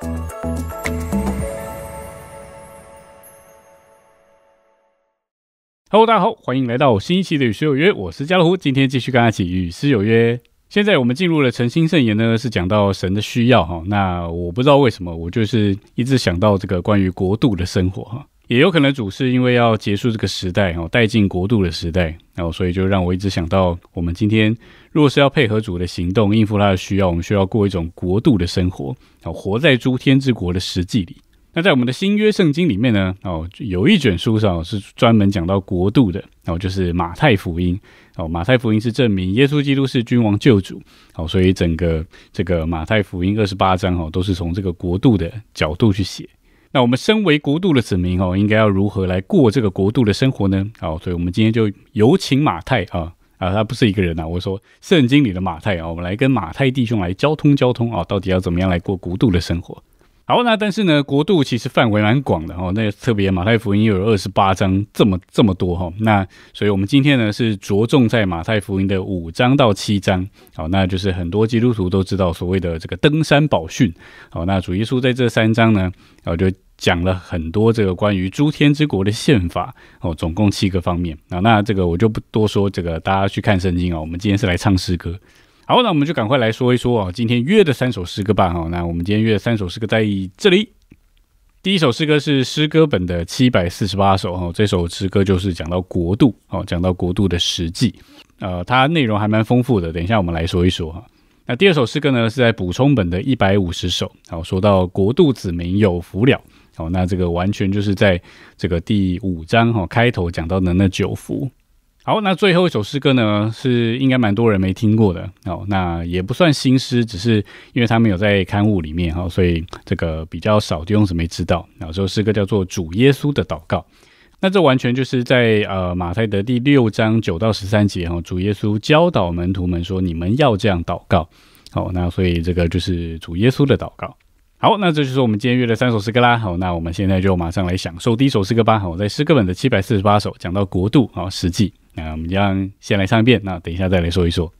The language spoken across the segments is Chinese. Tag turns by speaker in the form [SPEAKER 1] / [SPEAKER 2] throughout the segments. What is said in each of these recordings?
[SPEAKER 1] Hello， 大家好，欢迎来到新一期的与诗有约，我是家乐福，今天继续跟大家一起与诗有约。现在我们进入了诚心圣言呢，是讲到神的需要哈。那我不知道为什么，我就是一直想到这个关于国度的生活哈。也有可能主是因为要结束这个时代哦，带进国度的时代，然后所以就让我一直想到，我们今天如果是要配合主的行动，应付他的需要，我们需要过一种国度的生活，活在诸天之国的实际里。那在我们的新约圣经里面呢，有一卷书上是专门讲到国度的，就是马太福音。马太福音是证明耶稣基督是君王救主，所以整个这个马太福音28章都是从这个国度的角度去写。那我们身为国度的子民应该要如何来过这个国度的生活呢？所以我们今天就有请马太他不是一个人我说圣经里的马太我们来跟马太弟兄来交通到底要怎么样来过国度的生活。好，那但是呢，国度其实范围蛮广的那特别马太福音又有28章这么多那所以我们今天呢是着重在马太福音的5章到7章。好，那就是很多基督徒都知道所谓的这个登山宝训。好，那主耶稣在这3章呢，就讲了很多这个关于诸天之国的宪法总共7个方面。那这个我就不多说，这个大家去看圣经我们今天是来唱诗歌。好，那我们就赶快来说一说今天约的3首诗歌吧。那我们今天约的3首诗歌在这里。第一首诗歌是诗歌本的748首这首诗歌就是讲到国度讲到国度的实际，它内容还蛮丰富的，等一下我们来说一说那第二首诗歌呢是在补充本的150首，说到国度子民有福了。那这个完全就是在这个第5章开头讲到的那9福。好，那最后一首诗歌呢是应该蛮多人没听过的那也不算新诗，只是因为它没有在刊物里面所以这个比较少弟兄姊妹知道。这首诗歌叫做主耶稣的祷告。那这完全就是在马太的第6章9到13节主耶稣教导门徒们说你们要这样祷告。那所以这个就是主耶稣的祷告。好，那这就是我们今天约的3首诗歌啦。好，那我们现在就马上来享受第一首诗歌吧。在诗歌本的748首讲到国度实际。那我们这样先来唱一遍，那等一下再来说一说。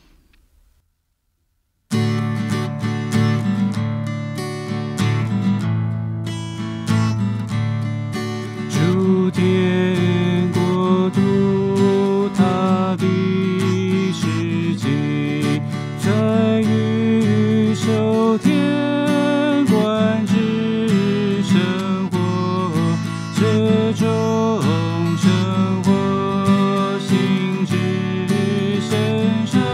[SPEAKER 2] 诸天国度他的实际，在于受天官之生活，这种生活性质深深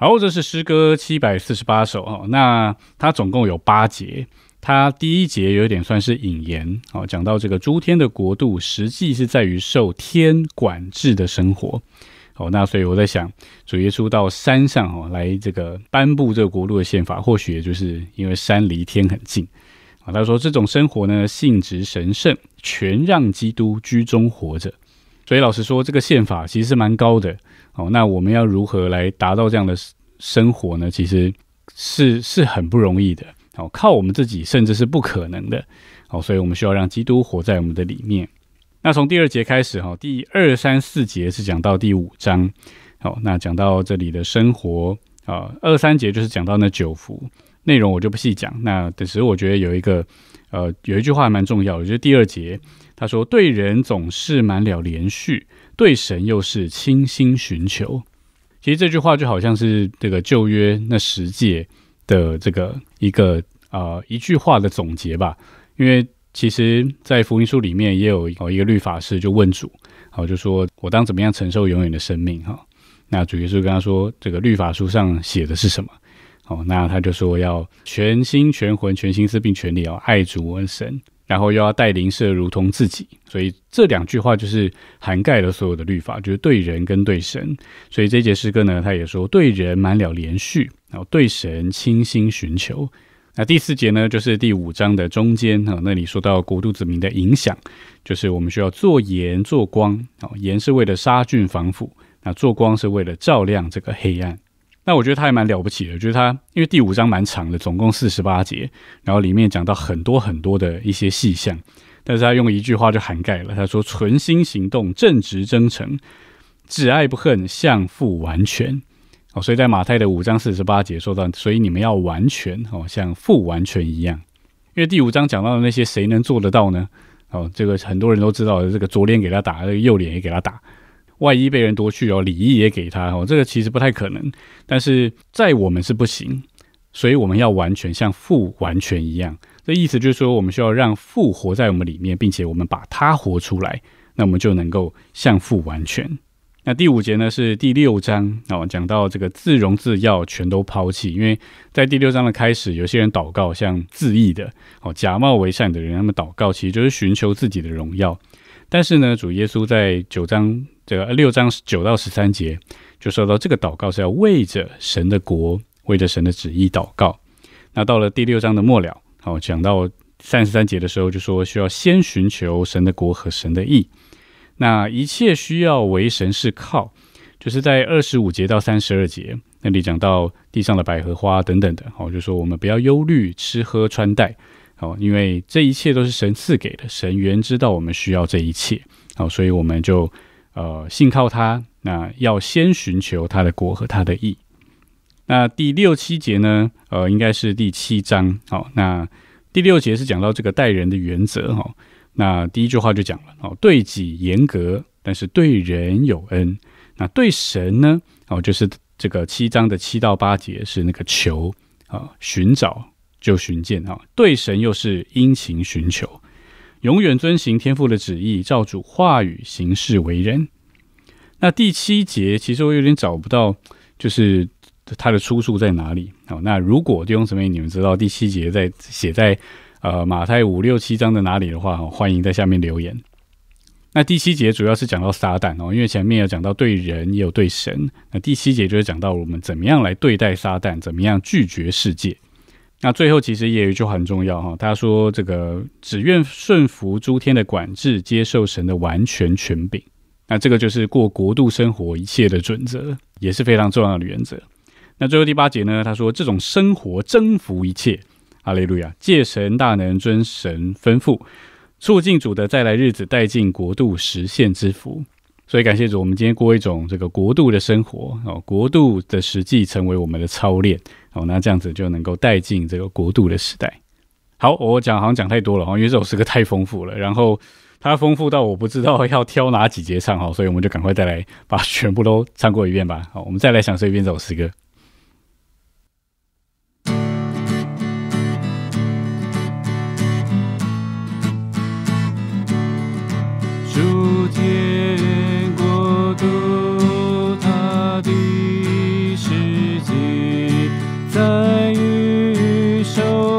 [SPEAKER 1] 好，这是诗歌748首那它总共有8节。它第一节有点算是引言讲到这个诸天的国度实际是在于受天管制的生活。那所以我在想，主耶稣到山上来这个颁布这个国度的宪法，或许也就是因为山离天很近。他说这种生活呢，性质神圣，全让基督居中活着。所以老实说，这个宪法其实是蛮高的。那我们要如何来达到这样的生活呢？其实是很不容易的。靠我们自己甚至是不可能的。所以我们需要让基督活在我们的里面。那从第2节开始第2、3、4节是讲到第5章。那讲到这里的生活2、3节就是讲到那9福，内容我就不细讲。那只是我觉得有一句话还蛮重要的，就是第2节他说，对人总是满了连续，对神又是倾心寻求。其实这句话就好像是这个旧约那10诫的这个一句话的总结吧。因为其实在福音书里面也有一个律法师就问主，就说我当怎么样承受永远的生命。那主耶稣跟他说，这个律法书上写的是什么？那他就说要全心全魂全心思并全力爱主恩神，然后又要待邻舍如同自己。所以这2句话就是涵盖了所有的律法，就是对人跟对神。所以这节诗歌呢，他也说对人满了连续，然后对神倾心寻求。那第4节呢，就是第5章的中间那里说到国度子民的影响，就是我们需要做盐做光。盐是为了杀菌防腐，那做光是为了照亮这个黑暗。那我觉得他还蛮了不起的，就是他因为第5章蛮长的，总共48节，然后里面讲到很多很多的一些细项，但是他用一句话就涵盖了。他说存心行动，正直真诚，只爱不恨，向父完全。所以在马太的5章48节说到，所以你们要完全像父完全一样。因为第5章讲到的那些谁能做得到呢？这个很多人都知道的，这个左脸给他打，这个右脸也给他打，外衣被人夺去礼衣也给他这个其实不太可能。但是在我们是不行，所以我们要完全像父完全一样。这意思就是说，我们需要让父活在我们里面，并且我们把他活出来，那我们就能够像父完全。那第5节呢是第6章讲到这个自荣自耀全都抛弃。因为在第6章的开始，有些人祷告像自义的假冒为善的人，他们祷告其实就是寻求自己的荣耀。但是呢，主耶稣在6章9到13节就说到，这个祷告是要为着神的国，为着神的旨意祷告。那到了第6章的末了讲到33节的时候，就说需要先寻求神的国和神的义。那一切需要为神是靠，就是在25节到32节那里讲到地上的百合花等等的就说我们不要忧虑吃喝穿戴因为这一切都是神赐给的，神原知道我们需要这一切所以我们就信靠他，那要先寻求他的国和他的义。那第6、7节呢应该是第7章那第6节是讲到这个待人的原则那第一句话就讲了对己严格，但是对人有恩。那对神呢就是这个7章的7到8节是那个求寻找就寻见对神又是殷勤寻求，永远遵行天父的旨意，照主话语行事为人。那第7节其实我有点找不到就是它的出处在哪里那如果弟兄姊妹你们知道第7节写在马太5、6、7章的哪里的话欢迎在下面留言。那第7节主要是讲到撒旦因为前面有讲到对人也有对神，那第7节就是讲到我们怎么样来对待撒旦，怎么样拒绝世界。那最后其实也有一句话很重要他说这个只愿顺服诸天的管制，接受神的完全权柄。那这个就是过国度生活一切的准则，也是非常重要的原则。那最后第8节呢，他说这种生活征服一切，哈利路亚，借神大能遵神吩咐，促进主的再来日子，带进国度实现之福。所以感谢主，我们今天过一种这个国度的生活国度的实际成为我们的操练那这样子就能够带进这个国度的时代。好，我好像讲太多了因为这首诗歌太丰富了，然后它丰富到我不知道要挑哪几节唱所以我们就赶快再来把全部都唱过一遍吧。好，我们再来享受一遍这首诗歌。
[SPEAKER 2] 诸天国度他的世界，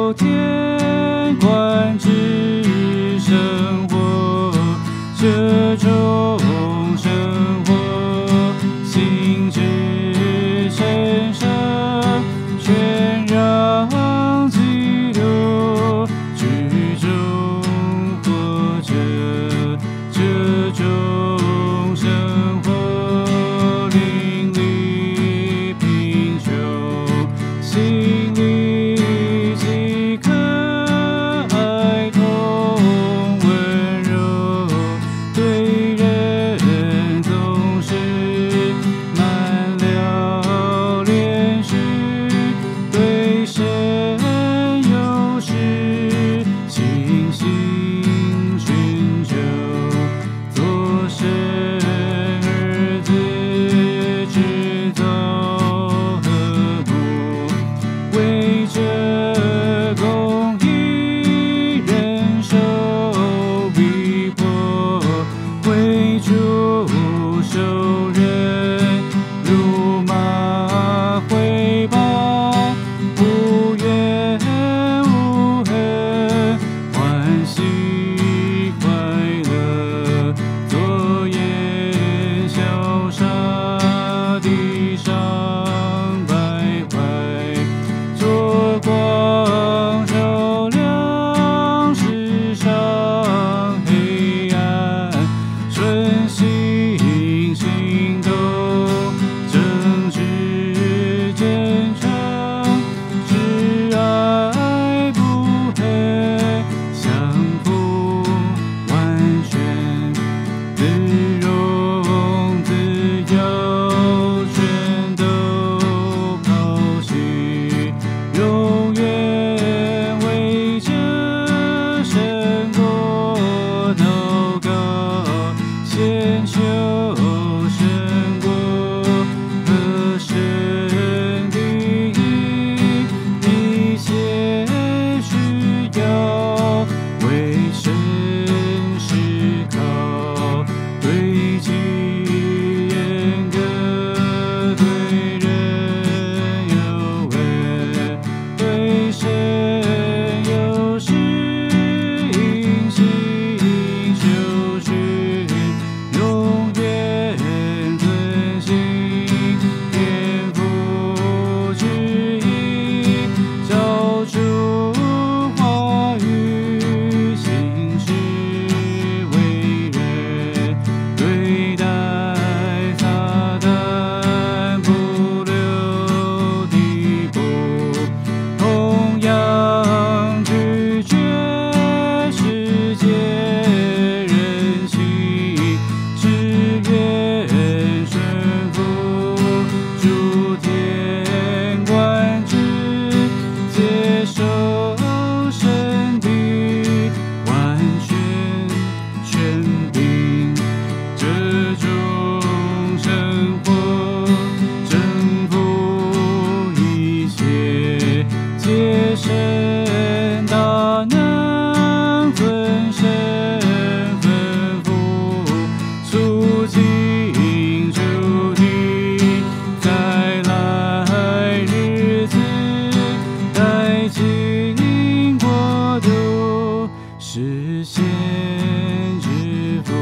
[SPEAKER 2] 有天官之生活，这种生活性质神圣，全让激流之中活着，这种生活淋漓贫穷，心里即刻哀痛温柔，对人总是满了怜恤，对神有时倾心寻求，做神儿子制造和睦，为这公义忍受逼迫，为主受人辱骂毁谤，无怨无恨，欢喜快乐，左眼消杀，地上徘徊，做光照亮世上黑暗，顺心行动，正直真诚，只爱不恨，相互完全，自容自由，全都抛弃，永远为这神国祷告，先求神国和神的义，一切需要为神是靠，对己严格，对人有恩，对神有时因信修学，永远遵行天父旨意，照主话语行事为人，对待撒旦不留地步，同样拒绝世界人心，只愿顺服主天官职，接受神的完全权柄，这种生活征服一切，接神大能，遵神吩咐，促进主的再来日子，带进国度，实现致富。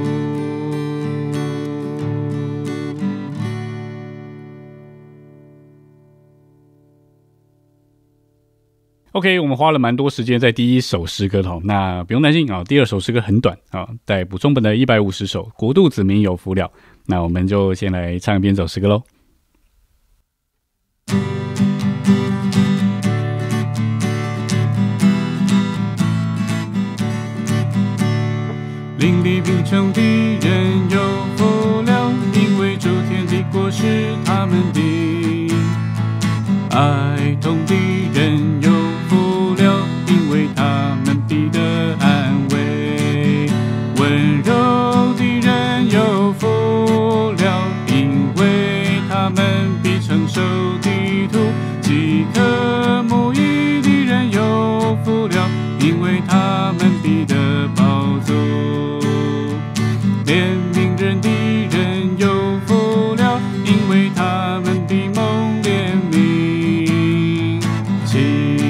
[SPEAKER 1] OK， 我们花了蛮多时间在第一首诗歌的，那不用担心啊，第二首诗歌很短啊，在补充本的150首，国度子民有福了。那我们就先来唱一遍这首诗歌喽。
[SPEAKER 2] 邻里贫穷的人有福了，因为周天的国是他们的；哀痛的人有福了，因为他们必得安慰；温柔的人有福了，因为他们必承受地土；饥渴慕义的人有福了，因为他们必得饱足。怜悯人的人有福了，因为他们必蒙怜悯。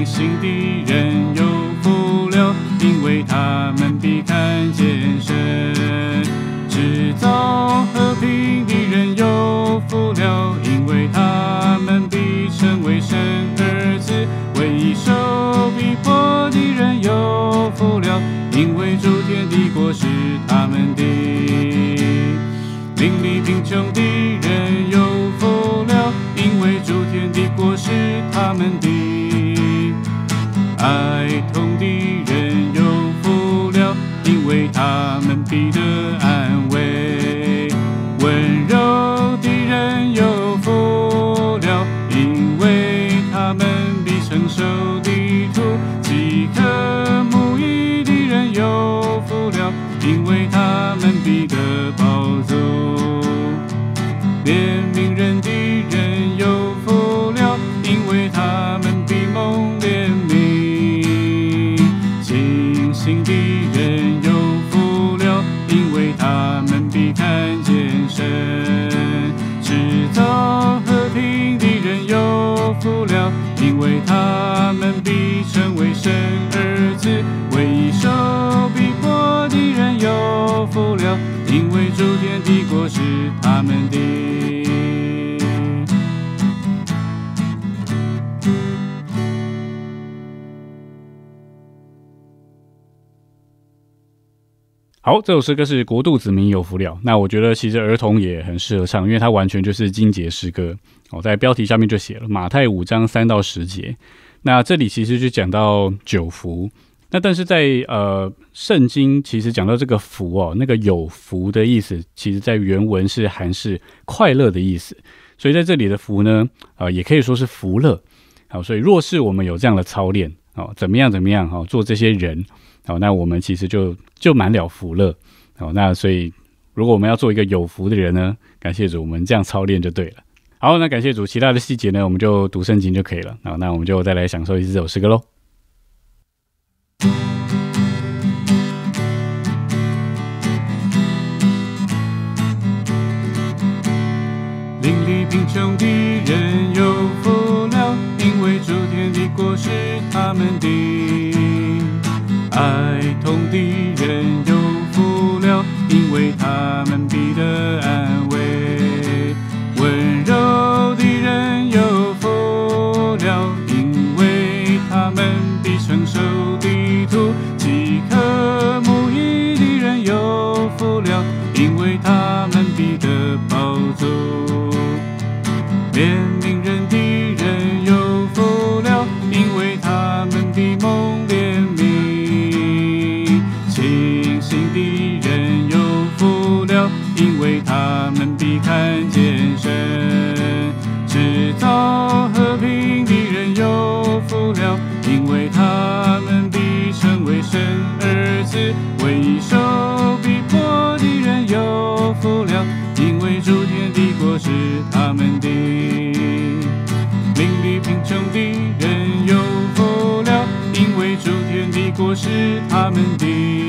[SPEAKER 2] 因为诸天的国是他们的。邻里贫穷的人有福了，因为诸天的国是他们的。哀痛的人有福了，因为他们必得安慰。温柔的人有福了，因为他们必承受地土。饥渴慕义的人有福了，因为他们必得饱足。怜悯人的人有福了，因为他们必蒙怜悯。清醒的人有福了，因为他们必看见神。制造和平的人有福了，因为他们必成为神儿子。为受逼迫的人有福了，因为诸天的国是他们的。
[SPEAKER 1] 好，这首诗歌是国度子民有福了。那我觉得其实儿童也很适合唱，因为它完全就是经节诗歌。在标题下面就写了马太5章3到10节。那这里其实就讲到9福。那但是在圣经其实讲到这个福那个有福的意思，其实在原文是含是快乐的意思。所以在这里的福呢，也可以说是福乐。好，所以若是我们有这样的操练，怎么样做这些人，那我们其实就满了福乐。那所以如果我们要做一个有福的人呢，感谢主，我们这样操练就对了。好，那感谢主，其他的细节呢，我们就读圣经就可以了。好，那我们就再来享受一次这首诗歌咯。
[SPEAKER 2] 邻里贫穷的人有福了，因为诸天的国是他们的。哀痛的人有福了，因为他们必得安慰。温柔的人有福了，因为他们必承受地土。饥渴慕义的人有福了，因为他们必得饱足。怜悯人的人有福了，因为他们必蒙怜悯。清醒的人有福了，因为他们必看见神。制造和平的人有福了，因为他们必成为神儿子。为受逼迫的人有福了，因为诸天的国是他们的。邻里贫穷的人有福了，因为诸天的国是他们的。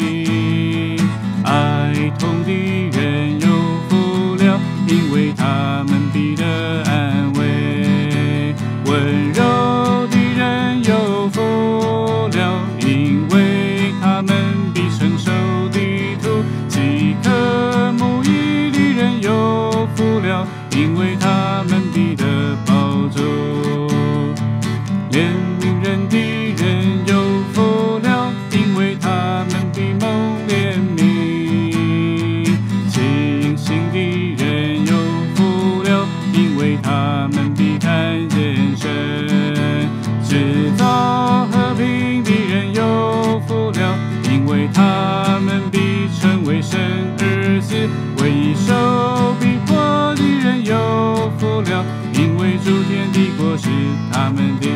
[SPEAKER 2] 哀痛的人有福了，因为他们必得安慰。温柔的人有福了，因为他们必承受地土。饥渴慕义的人有福了，因为他们必得饱足。怜悯人的人有福了，因为他们必蒙怜悯。清醒的人有福了，因为他们必看见神。制造和平的人有福了，因为他们必成为神儿子。为受逼迫的人有福了，因为诸天的国是他们的。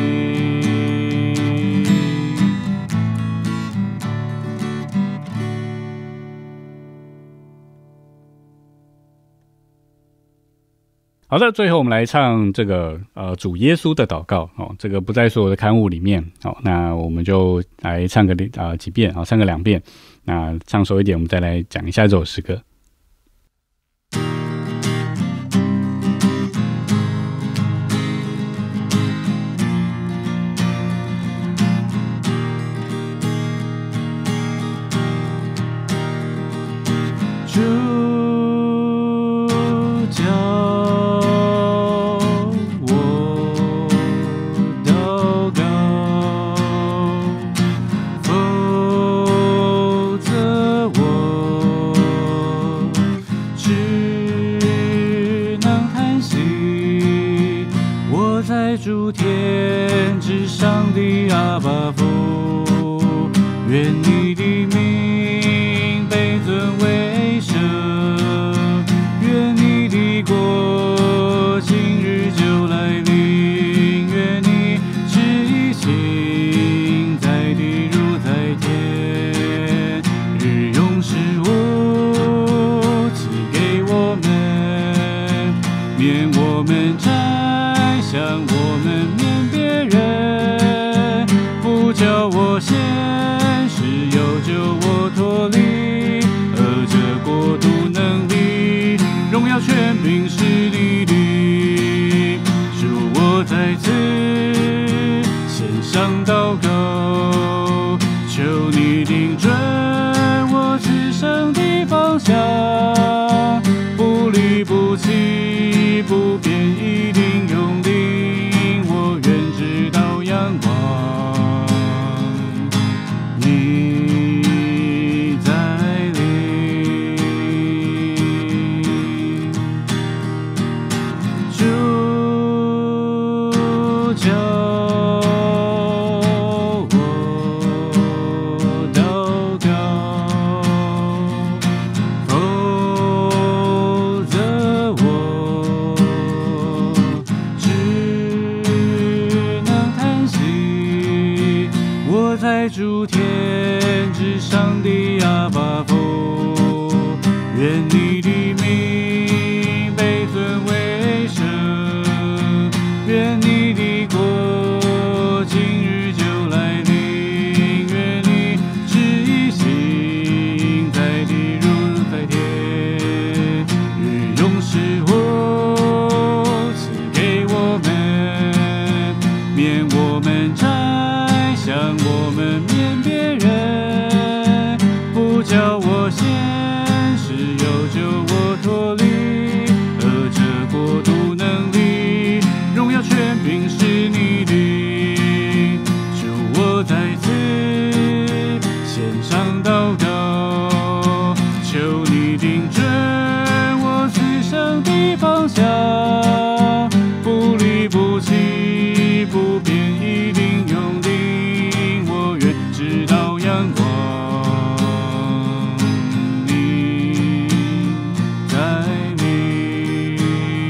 [SPEAKER 1] 好的，最后我们来唱这个主耶稣的祷告这个不在所有的刊物里面那我们就来唱个几遍唱个2遍，那唱熟一点，我们再来讲一下这首诗歌。
[SPEAKER 2] 主教我祷告，否阿爸父，愿你的名被尊为圣，愿你的国今日就来临，愿你旨意行在地如在天，日用食物赐给我们，免我们债，向我们免别人，不叫我陷，是有救我脱离，这国度能力，荣耀权柄是你的，主我在此献上祷告，求你定准我此生的方向，不离不弃不变，一定永定，我愿直到阳光你在临，主教我祷告，否则我只能叹息。我在诸天之上的阿爸父，愿你的名被尊为圣，愿你的国今日就来临，愿你旨意行在地如在天，日用食物赐给我们，免我们债，向我们免别人，不叫我陷，是有救我脱离，这国度能力，荣耀权柄是你的，主我在此献上祷告，求你定准我此生的方向，不离不弃不变，一定永定，我愿直到阳光你在临。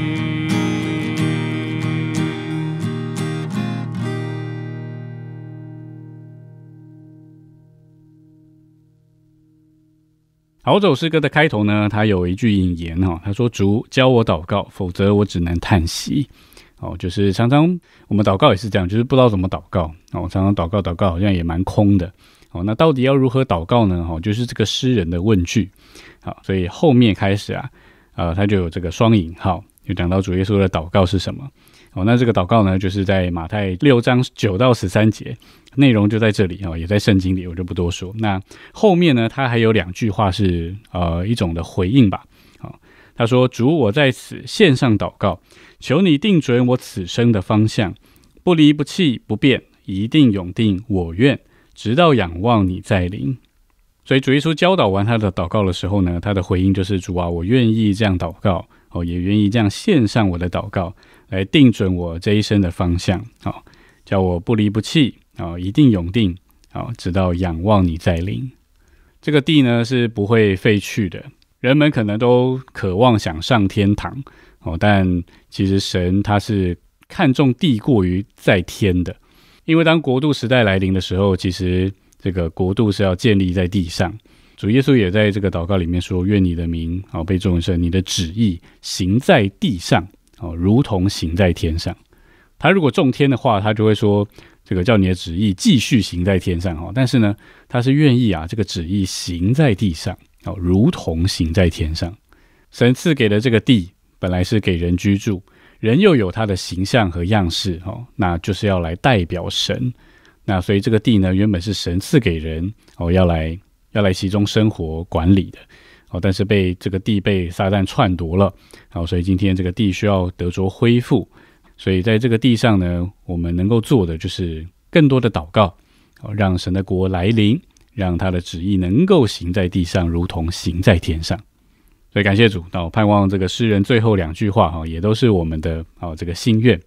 [SPEAKER 1] 好走诗歌的开头呢，它有一句引言哈，他说：“主教我祷告，否则我只能叹息。”哦，就是常常我们祷告也是这样，就是不知道怎么祷告哦，常常祷告好像也蛮空的哦。那到底要如何祷告呢？哦，就是这个诗人的问句。好，所以后面开始啊，他就有这个双引号，就讲到主耶稣的祷告是什么。哦，那这个祷告呢，就是在马太6章9到13节，内容就在这里哦，也在圣经里，我就不多说。那后面呢，他还有2句话是一种的回应吧。好，他说：“主，我在此献上祷告，求你定准我此生的方向，不离不弃不变，一定永定，我愿直到仰望你在临。”所以主耶稣教导完他的祷告的时候呢，他的回应就是：主啊，我愿意这样祷告哦，也愿意这样献上我的祷告，来定准我这一生的方向，好，叫我不离不弃，一定永定，直到仰望你在临。这个地呢是不会废去的，人们可能都渴望想上天堂，但其实神他是看重地过于在天的，因为当国度时代来临的时候，其实这个国度是要建立在地上。主耶稣也在这个祷告里面说：“愿你的名被尊为圣，你的旨意行在地上，如同行在天上。”他如果中天的话，他就会说这个叫你的旨意继续行在天上，但是呢，他是愿意这个旨意行在地上，如同行在天上。神赐给的这个地本来是给人居住，人又有他的形象和样式，那就是要来代表神。那所以这个地呢，原本是神赐给人，要来其中生活管理的，但是这个地被撒旦篡夺了，所以今天这个地需要得着恢复。所以在这个地上呢，我们能够做的就是更多的祷告，让神的国来临，让他的旨意能够行在地上，如同行在天上。所以感谢主，盼望这个诗人最后2句话也都是我们的这个心愿，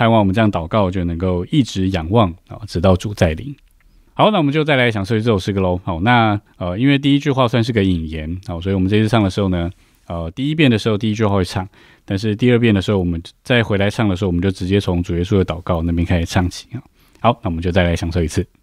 [SPEAKER 1] 盼望我们这样祷告就能够一直仰望直到主再临。好，那我们就再来享受这首诗歌咯。好，那因为第一句话算是个引言，好，所以我们这次唱的时候呢，第一遍的时候第一句话会唱，但是第二遍的时候我们再回来唱的时候，我们就直接从主耶稣的祷告那边开始唱起。好，那我们就再来享受一次。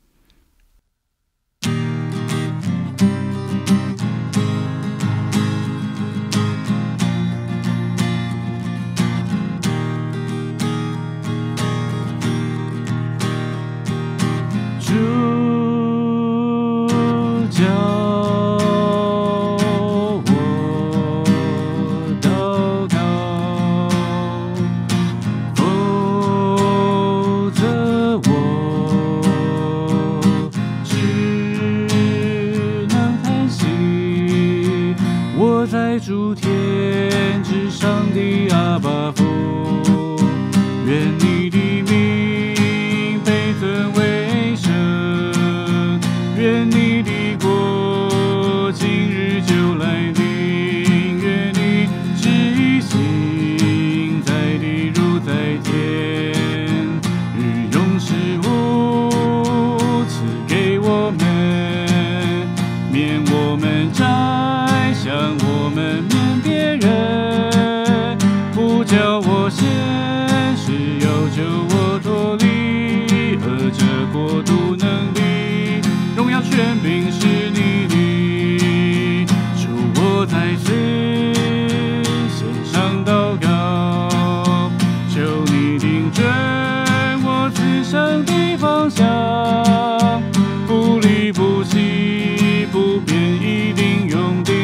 [SPEAKER 2] 主天之上的阿爸父，愿你的名被尊为圣，愿你的国今日就来临，愿你旨意行在地如在天，日用食物赐给我们，免我们债向我们免别人，不叫我陷事，要救我脱离恶者国度能力，荣耀权柄是你的。主，我在此献上祷告，求你定准我此生的方向，不离不弃，不变，一定永定。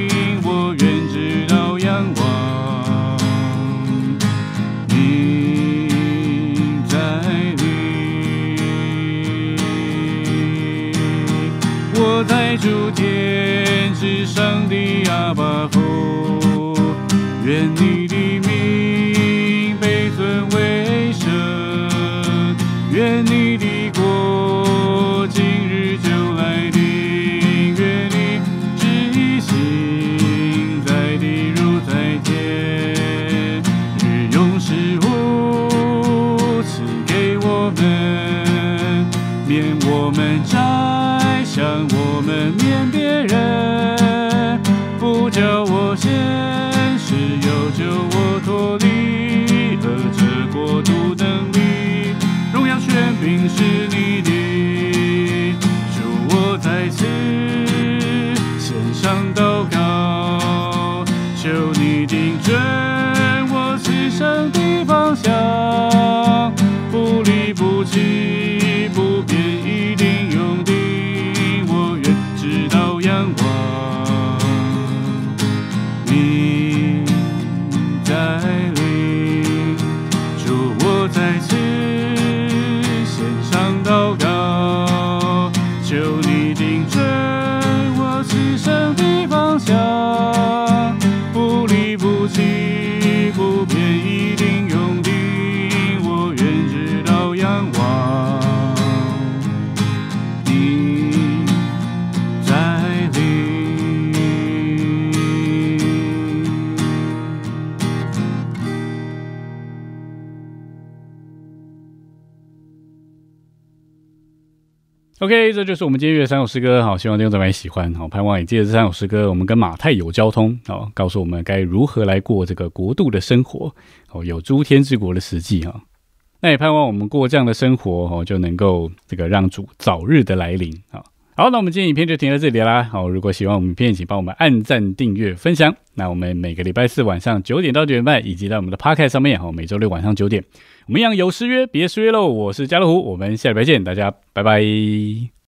[SPEAKER 2] 我在主天之上的阿爸父，愿你的名被尊为圣，愿你的国今日就来临，愿你旨意行在地如在天，日用食物赐给我们，免我们债向我们免别人，不叫我陷事，又救我脱离恶者国度能力，荣耀权柄是你的。主，我在此献上祷告，求你定准我此生的方向，不离不弃，不变，一定永定。直到仰望你再临，主，我在此献上祷告，求你定准我此生的方向，不离不弃，不变，一定永定。我愿直到仰望你。
[SPEAKER 1] OK， 这就是我们今天约的3首诗歌，好，希望弟兄姊妹喜欢，好，盼望也借着这3首诗歌，我们跟马太有交通，好，告诉我们该如何来过这个国度的生活，好，有诸天之国的实际哈。那也盼望我们过这样的生活，就能够这个让主早日的来临，好。好，那我们今天影片就停在这里啦。好，如果喜欢我们影片，请帮我们按赞、订阅、分享。那我们每个礼拜四晚上9点到9点半，以及在我们的 Podcast 上面，每周六晚上9点，我们一样有失约，别失约喽。我是家乐福，我们下礼拜见，大家拜拜。